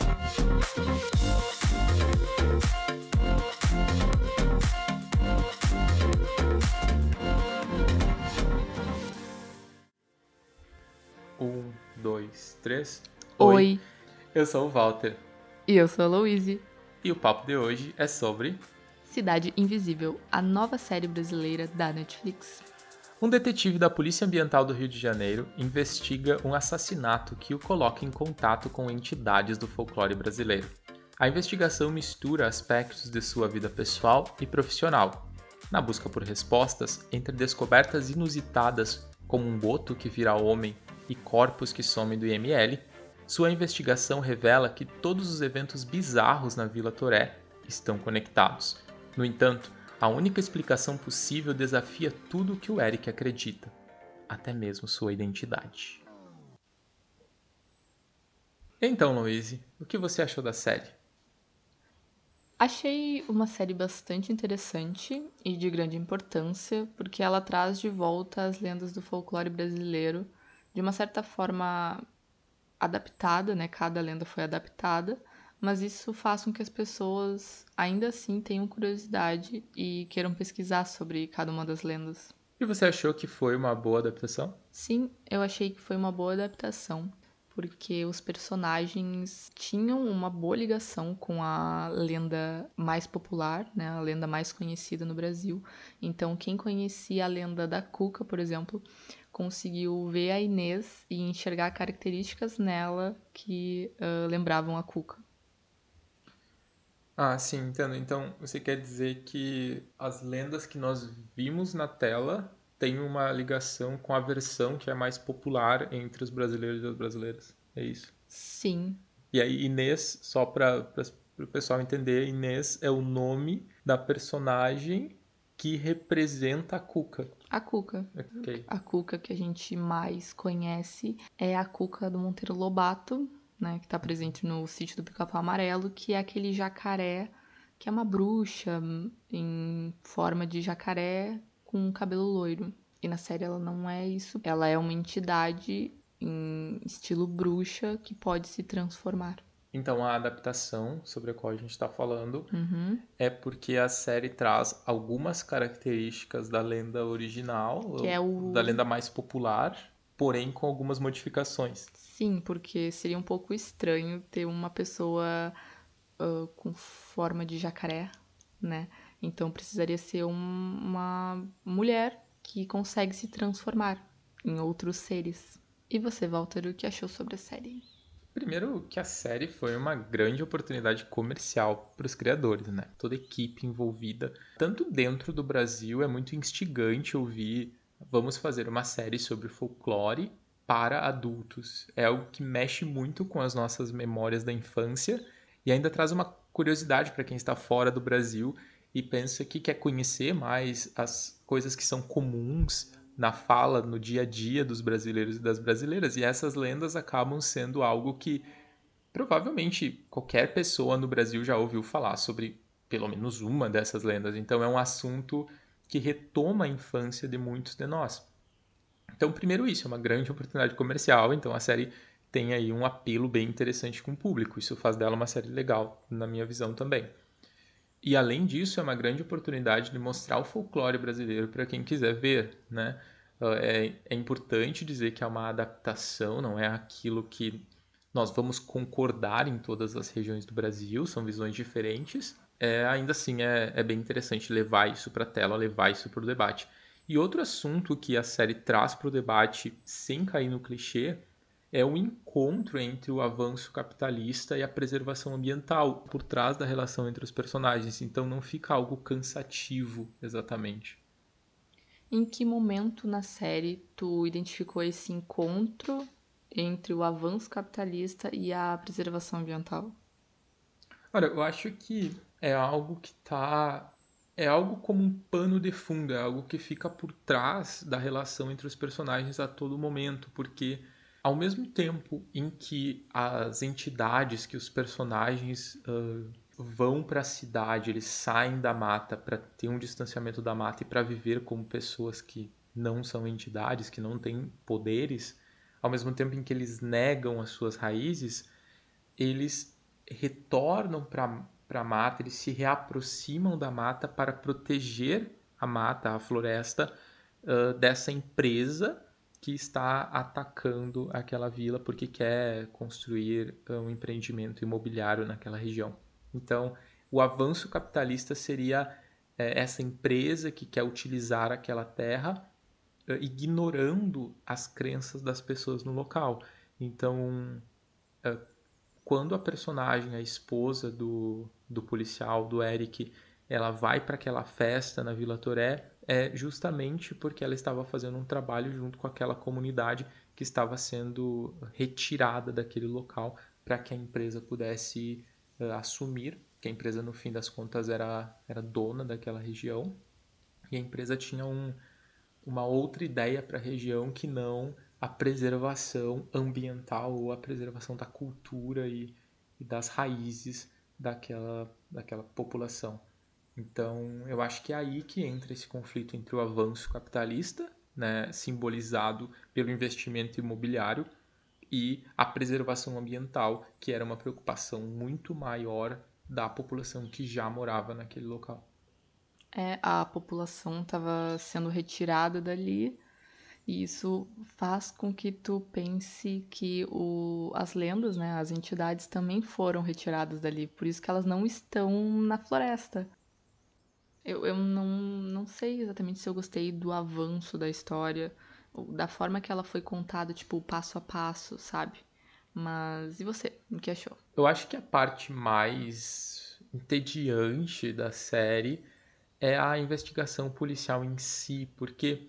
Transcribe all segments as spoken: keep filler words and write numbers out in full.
Um, dois, três. Oi. Eu sou o Walter. E eu sou a Louise. E o papo de hoje é sobre Cidade Invisível, a nova série brasileira da Netflix. Um detetive da Polícia Ambiental do Rio de Janeiro investiga um assassinato que o coloca em contato com entidades do folclore brasileiro. A investigação mistura aspectos de sua vida pessoal e profissional, na busca por respostas entre descobertas inusitadas como um boto que vira homem e corpos que somem do I M L. Sua investigação revela que todos os eventos bizarros na Vila Toré estão conectados. No entanto, a única explicação possível desafia tudo o que o Eric acredita, até mesmo sua identidade. Então, Louise, o que você achou da série? Achei uma série bastante interessante e de grande importância, porque ela traz de volta as lendas do folclore brasileiro de uma certa forma adaptada, né? Cada lenda foi adaptada, mas isso faz com que as pessoas ainda assim tenham curiosidade e queiram pesquisar sobre cada uma das lendas. E você achou que foi uma boa adaptação? Sim, eu achei que foi uma boa adaptação, porque os personagens tinham uma boa ligação com a lenda mais popular, né, a lenda mais conhecida no Brasil. Então, quem conhecia a lenda da Cuca, por exemplo, conseguiu ver a Inês e enxergar características nela que uh, lembravam a Cuca. Ah, sim, entendo. Então, você quer dizer que as lendas que nós vimos na tela têm uma ligação com a versão que é mais popular entre os brasileiros e as brasileiras. É isso? Sim. E aí, Inês, só para o pessoal entender, Inês é o nome da personagem que representa a Cuca. A Cuca. Ok. A Cuca que a gente mais conhece é a Cuca do Monteiro Lobato, né, que está presente no Sítio do Pica-Pau Amarelo, que é aquele jacaré, que é uma bruxa em forma de jacaré com um cabelo loiro. E na série ela não é isso. Ela é uma entidade em estilo bruxa que pode se transformar. Então, a adaptação sobre a qual a gente está falando Uhum. é porque a série traz algumas características da lenda original, Que é o... da lenda mais popular, porém com algumas modificações. Sim, porque seria um pouco estranho ter uma pessoa uh, com forma de jacaré, né? Então precisaria ser um, uma mulher que consegue se transformar em outros seres. E você, Walter, o que achou sobre a série? Primeiro que a série foi uma grande oportunidade comercial para os criadores, né? Toda a equipe envolvida, tanto dentro do Brasil, é muito instigante ouvir vamos fazer uma série sobre folclore para adultos. É algo que mexe muito com as nossas memórias da infância e ainda traz uma curiosidade para quem está fora do Brasil e pensa que quer conhecer mais as coisas que são comuns na fala, no dia a dia dos brasileiros e das brasileiras. E essas lendas acabam sendo algo que provavelmente qualquer pessoa no Brasil já ouviu falar sobre pelo menos uma dessas lendas. Então é um assunto que retoma a infância de muitos de nós. Então, primeiro isso, é uma grande oportunidade comercial, então a série tem aí um apelo bem interessante com o público. Isso faz dela uma série legal, na minha visão também. E além disso, é uma grande oportunidade de mostrar o folclore brasileiro para quem quiser ver, né? É, é importante dizer que é uma adaptação, não é aquilo que nós vamos concordar em todas as regiões do Brasil, são visões diferentes. É, ainda assim, é, é bem interessante levar isso para a tela, levar isso para o debate. E outro assunto que a série traz para o debate, sem cair no clichê, é o encontro entre o avanço capitalista e a preservação ambiental por trás da relação entre os personagens. Então não fica algo cansativo, exatamente. Em que momento na série tu identificou esse encontro entre o avanço capitalista e a preservação ambiental? Olha, eu acho que é algo que tá. É algo como um pano de fundo, é algo que fica por trás da relação entre os personagens a todo momento, porque ao mesmo tempo em que as entidades, que os personagens uh, vão para a cidade, eles saem da mata para ter um distanciamento da mata e para viver como pessoas que não são entidades, que não têm poderes, ao mesmo tempo em que eles negam as suas raízes, eles retornam para para a mata, eles se reaproximam da mata para proteger a mata, a floresta, uh, dessa empresa que está atacando aquela vila porque quer construir um empreendimento imobiliário naquela região. Então, o avanço capitalista seria é, essa empresa que quer utilizar aquela terra, uh, ignorando as crenças das pessoas no local. Então, uh, quando a personagem, a esposa do, do policial, do Eric, ela vai para aquela festa na Vila Toré, é justamente porque ela estava fazendo um trabalho junto com aquela comunidade que estava sendo retirada daquele local para que a empresa pudesse uh, assumir, que a empresa no fim das contas era, era dona daquela região, e a empresa tinha um, uma outra ideia para a região que não a preservação ambiental ou a preservação da cultura e, e das raízes daquela, daquela população. Então, eu acho que é aí que entra esse conflito entre o avanço capitalista, né, simbolizado pelo investimento imobiliário, e a preservação ambiental, que era uma preocupação muito maior da população que já morava naquele local. É, a população estava sendo retirada dali, e isso faz com que tu pense que o, as lendas, né, as entidades também foram retiradas dali, por isso que elas não estão na floresta. Eu, eu não, não sei exatamente se eu gostei do avanço da história, da forma que ela foi contada, tipo, passo a passo, sabe? Mas e você? O que achou? Eu acho que a parte mais entediante da série é a investigação policial em si, porque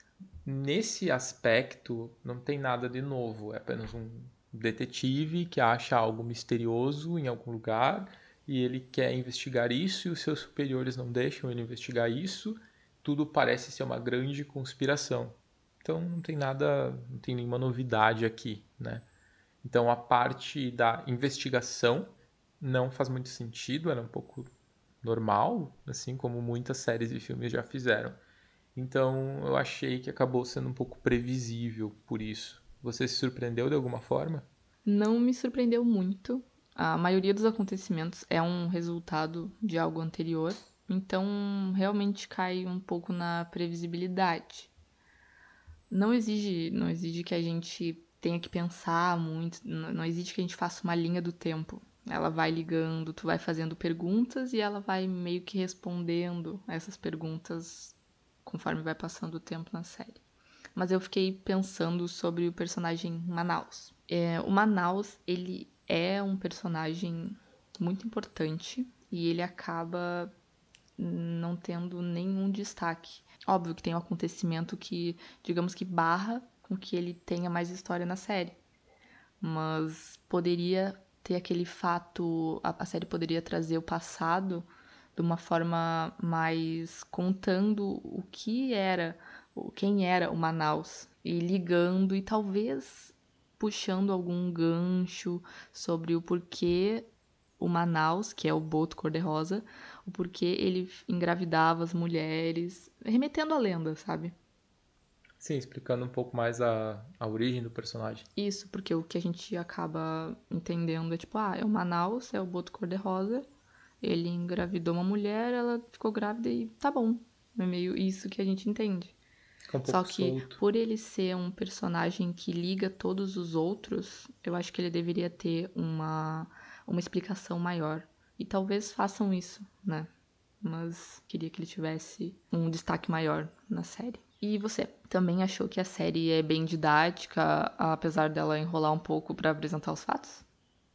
nesse aspecto não tem nada de novo, é apenas um detetive que acha algo misterioso em algum lugar e ele quer investigar isso e os seus superiores não deixam ele investigar isso. Tudo parece ser uma grande conspiração. Então não tem nada, não tem nenhuma novidade aqui, né? Então a parte da investigação não faz muito sentido, ela é um pouco normal, assim como muitas séries e filmes já fizeram. Então eu achei que acabou sendo um pouco previsível por isso. Você se surpreendeu de alguma forma? Não me surpreendeu muito. A maioria dos acontecimentos é um resultado de algo anterior, então realmente cai um pouco na previsibilidade. Não exige, não exige que a gente tenha que pensar muito, não exige que a gente faça uma linha do tempo. Ela vai ligando, tu vai fazendo perguntas e ela vai meio que respondendo essas perguntas conforme vai passando o tempo na série. Mas eu fiquei pensando sobre o personagem Manaus. É, o Manaus, ele é um personagem muito importante e ele acaba não tendo nenhum destaque. Óbvio que tem um acontecimento que, digamos que barra com que ele tenha mais história na série. Mas poderia ter aquele fato, a, a série poderia trazer o passado de uma forma mais contando o que era, quem era o Manaus e ligando e talvez puxando algum gancho sobre o porquê o Manaus, que é o Boto Cor-de-Rosa, o porquê ele engravidava as mulheres, remetendo à lenda, sabe? Sim, explicando um pouco mais a, a origem do personagem. Isso, porque o que a gente acaba entendendo é tipo, ah, é o Manaus, é o Boto Cor-de-Rosa, ele engravidou uma mulher, ela ficou grávida e tá bom. É meio isso que a gente entende. Fica um Só pouco que solto. por ele ser um personagem que liga todos os outros, eu acho que ele deveria ter uma, uma explicação maior. E talvez façam isso, né? Mas queria que ele tivesse um destaque maior na série. E você, também achou que a série é bem didática, apesar dela enrolar um pouco para apresentar os fatos?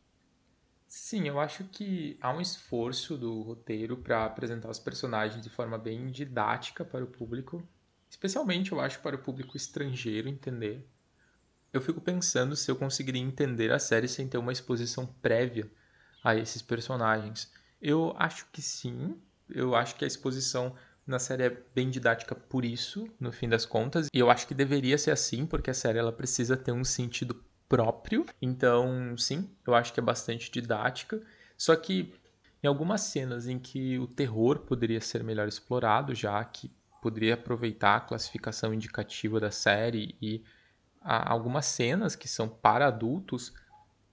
Sim, eu acho que há um esforço do roteiro para apresentar os personagens de forma bem didática para o público, especialmente eu acho para o público estrangeiro entender. Eu fico pensando se eu conseguiria entender a série sem ter uma exposição prévia a esses personagens. Eu acho que sim. Eu acho que a exposição na série é bem didática por isso, no fim das contas. E eu acho que deveria ser assim, porque a série ela precisa ter um sentido próprio. Então, sim, eu acho que é bastante didática. Só que em algumas cenas em que o terror poderia ser melhor explorado, já que poderia aproveitar a classificação indicativa da série e há algumas cenas que são para adultos,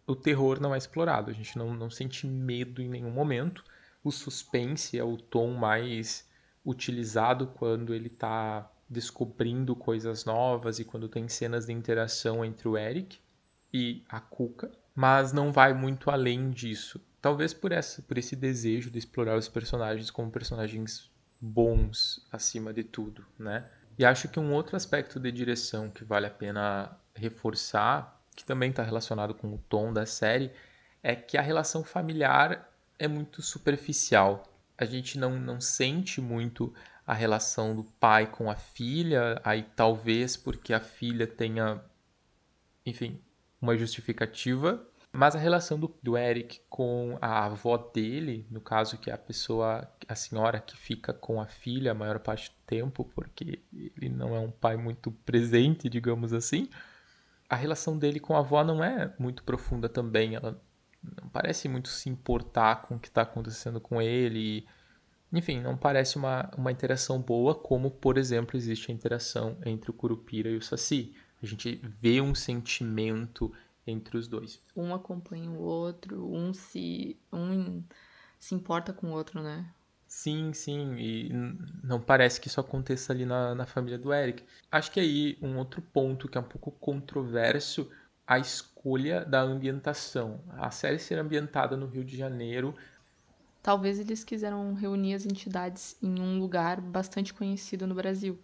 o terror não é explorado, a gente não, não sente medo em nenhum momento. O suspense é o tom mais utilizado quando ele está descobrindo coisas novas e quando tem cenas de interação entre o Eric e a Cuca, mas não vai muito além disso. Talvez por, essa, por esse desejo de explorar os personagens como personagens bons acima de tudo, né? E acho que um outro aspecto de direção que vale a pena reforçar, que também está relacionado com o tom da série, é que a relação familiar é muito superficial. A gente não, não sente muito a relação do pai com a filha, aí talvez porque a filha tenha, enfim, uma justificativa, mas a relação do, do Eric com a avó dele, no caso que é a pessoa, a senhora que fica com a filha a maior parte do tempo, porque ele não é um pai muito presente, digamos assim, a relação dele com a avó não é muito profunda também, ela não parece muito se importar com o que está acontecendo com ele, enfim, não parece uma, uma interação boa, como, por exemplo, existe a interação entre o Curupira e o Saci. A gente vê um sentimento entre os dois. Um acompanha o outro, um se, um se importa com o outro, né? Sim, sim, e não parece que isso aconteça ali na, na família do Eric. Acho que aí um outro ponto que é um pouco controverso, a escolha da ambientação. A série ser ambientada no Rio de Janeiro. Talvez eles quiseram reunir as entidades em um lugar bastante conhecido no Brasil,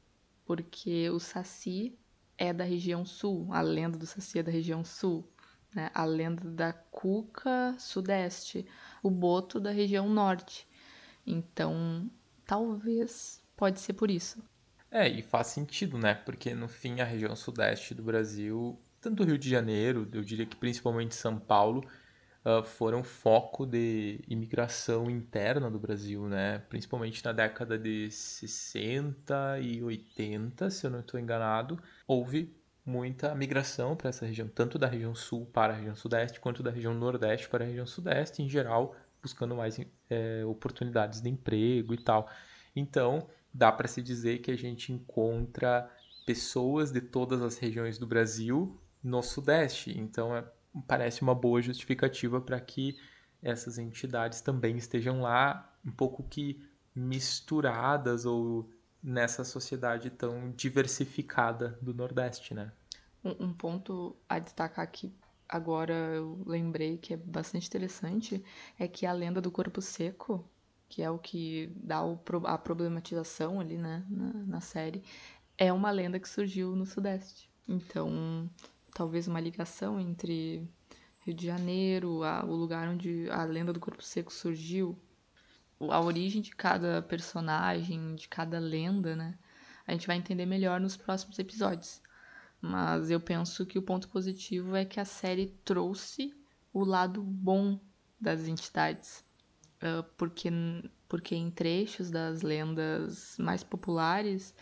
porque o Saci é da região sul, a lenda do Saci é da região sul, né? A lenda da Cuca, sudeste, o Boto da região norte. Então, talvez pode ser por isso. É, e faz sentido, né? Porque no fim a região sudeste do Brasil, tanto o Rio de Janeiro, eu diria que principalmente São Paulo, uh, foram foco de imigração interna do Brasil, né? Principalmente na década de sessenta e oitenta, se eu não estou enganado, houve muita migração para essa região, tanto da região sul para a região sudeste, quanto da região nordeste para a região sudeste, em geral, buscando mais é, oportunidades de emprego e tal. Então, dá para se dizer que a gente encontra pessoas de todas as regiões do Brasil no sudeste. Então, é parece uma boa justificativa para que essas entidades também estejam lá, um pouco que misturadas ou nessa sociedade tão diversificada do Nordeste, né? Um, um ponto a destacar aqui, agora eu lembrei que é bastante interessante, é que a lenda do corpo seco, que é o que dá o, a problematização ali, né, na, na série, é uma lenda que surgiu no Sudeste. Então, talvez uma ligação entre Rio de Janeiro, a, o lugar onde a lenda do corpo seco surgiu, a origem de cada personagem, de cada lenda, né? A gente vai entender melhor nos próximos episódios. Mas eu penso que o ponto positivo é que a série trouxe o lado bom das entidades. Uh, porque, porque em trechos das lendas mais populares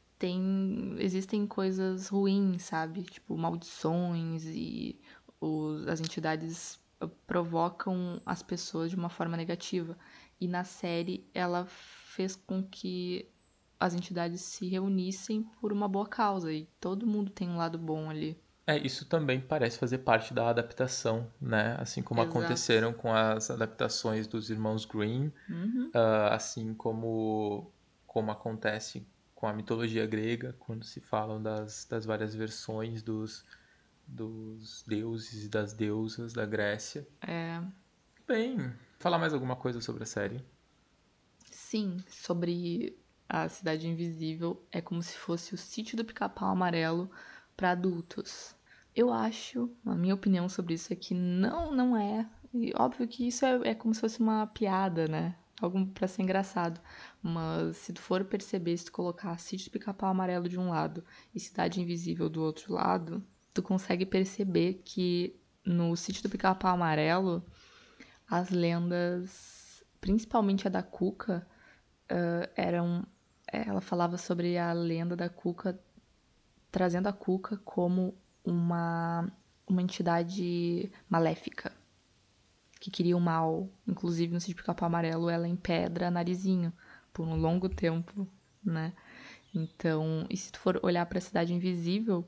tem, existem coisas ruins, sabe? Tipo, maldições e os, as entidades provocam as pessoas de uma forma negativa. E na série ela fez com que as entidades se reunissem por uma boa causa e todo mundo tem um lado bom ali. É, isso também parece fazer parte da adaptação, né? Assim como Exato. aconteceram com as adaptações dos irmãos Grimm, Uhum. uh, assim como, como acontece com a mitologia grega, quando se falam das, das várias versões dos, dos deuses e das deusas da Grécia. É, Bem, falar mais alguma coisa sobre a série? sim, sobre a Cidade Invisível é como se fosse o Sítio do Pica-Pau Amarelo para adultos. Eu acho, a minha opinião sobre isso é que não, não é. E óbvio que isso é, é como se fosse uma piada, né? Algo pra ser engraçado. Mas se tu for perceber, se tu colocar Sítio do Pica-Pau Amarelo de um lado e Cidade Invisível do outro lado, tu consegue perceber que no Sítio do Pica-Pau Amarelo, as lendas, principalmente a da Cuca, uh, eram. Ela falava sobre a lenda da Cuca, trazendo a Cuca como uma, uma entidade maléfica que queria o mal. Inclusive no Sítio Pica-Pau Amarelo, ela empedra Narizinho por um longo tempo, né? Então, e se tu for olhar para a Cidade Invisível,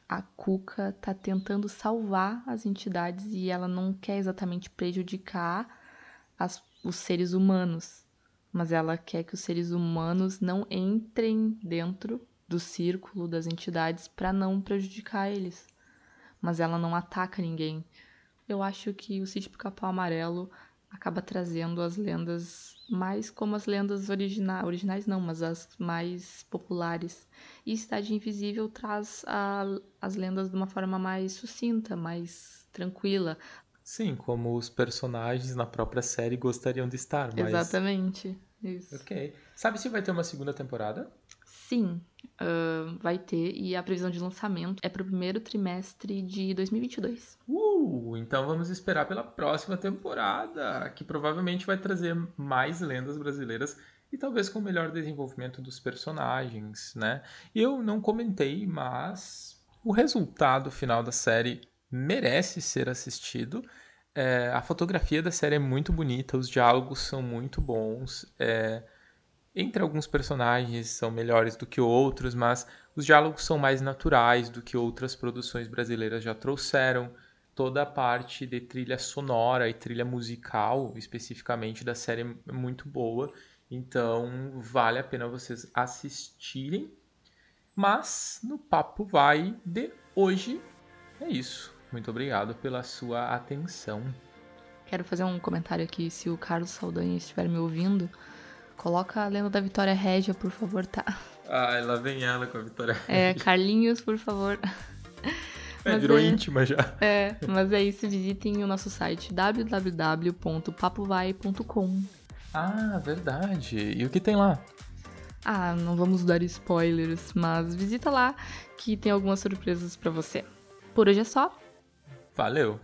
a Cuca tá tentando salvar as entidades e ela não quer exatamente prejudicar as, os seres humanos, mas ela quer que os seres humanos não entrem dentro do círculo das entidades para não prejudicar eles. Mas ela não ataca ninguém. Eu acho que o Sítio Pica-Pau Amarelo acaba trazendo as lendas mais como as lendas origina- originais, não, mas as mais populares. E Cidade Invisível traz a, as lendas de uma forma mais sucinta, mais tranquila. Sim, como os personagens na própria série gostariam de estar, mas... Exatamente, isso. Ok. Sabe se vai ter uma segunda temporada? Sim, uh, vai ter, e a previsão de lançamento é para o primeiro trimestre de dois mil e vinte e dois. Uh, então vamos esperar pela próxima temporada, que provavelmente vai trazer mais lendas brasileiras e talvez com melhor desenvolvimento dos personagens, né? Eu não comentei, mas o resultado final da série merece ser assistido. É, a fotografia da série é muito bonita, os diálogos são muito bons. É, entre alguns personagens são melhores do que outros, mas os diálogos são mais naturais do que outras produções brasileiras já trouxeram. Toda a parte de trilha sonora e trilha musical, especificamente da série, é muito boa. Então, vale a pena vocês assistirem. Mas, no Papo Vai de hoje, é isso. Muito obrigado pela sua atenção. Quero fazer um comentário aqui, se o Carlos Saldanha estiver me ouvindo, coloca a lenda da Vitória Régia, por favor, tá? Ah, lá vem ela com a Vitória Régia. É, Carlinhos, por favor. É, Mas virou é, íntima já. É, mas é isso, visitem o nosso site w w w ponto papovai ponto com. Ah, verdade. E o que tem lá? Ah, não vamos dar spoilers, mas visita lá que tem algumas surpresas pra você. Por hoje é só. Valeu!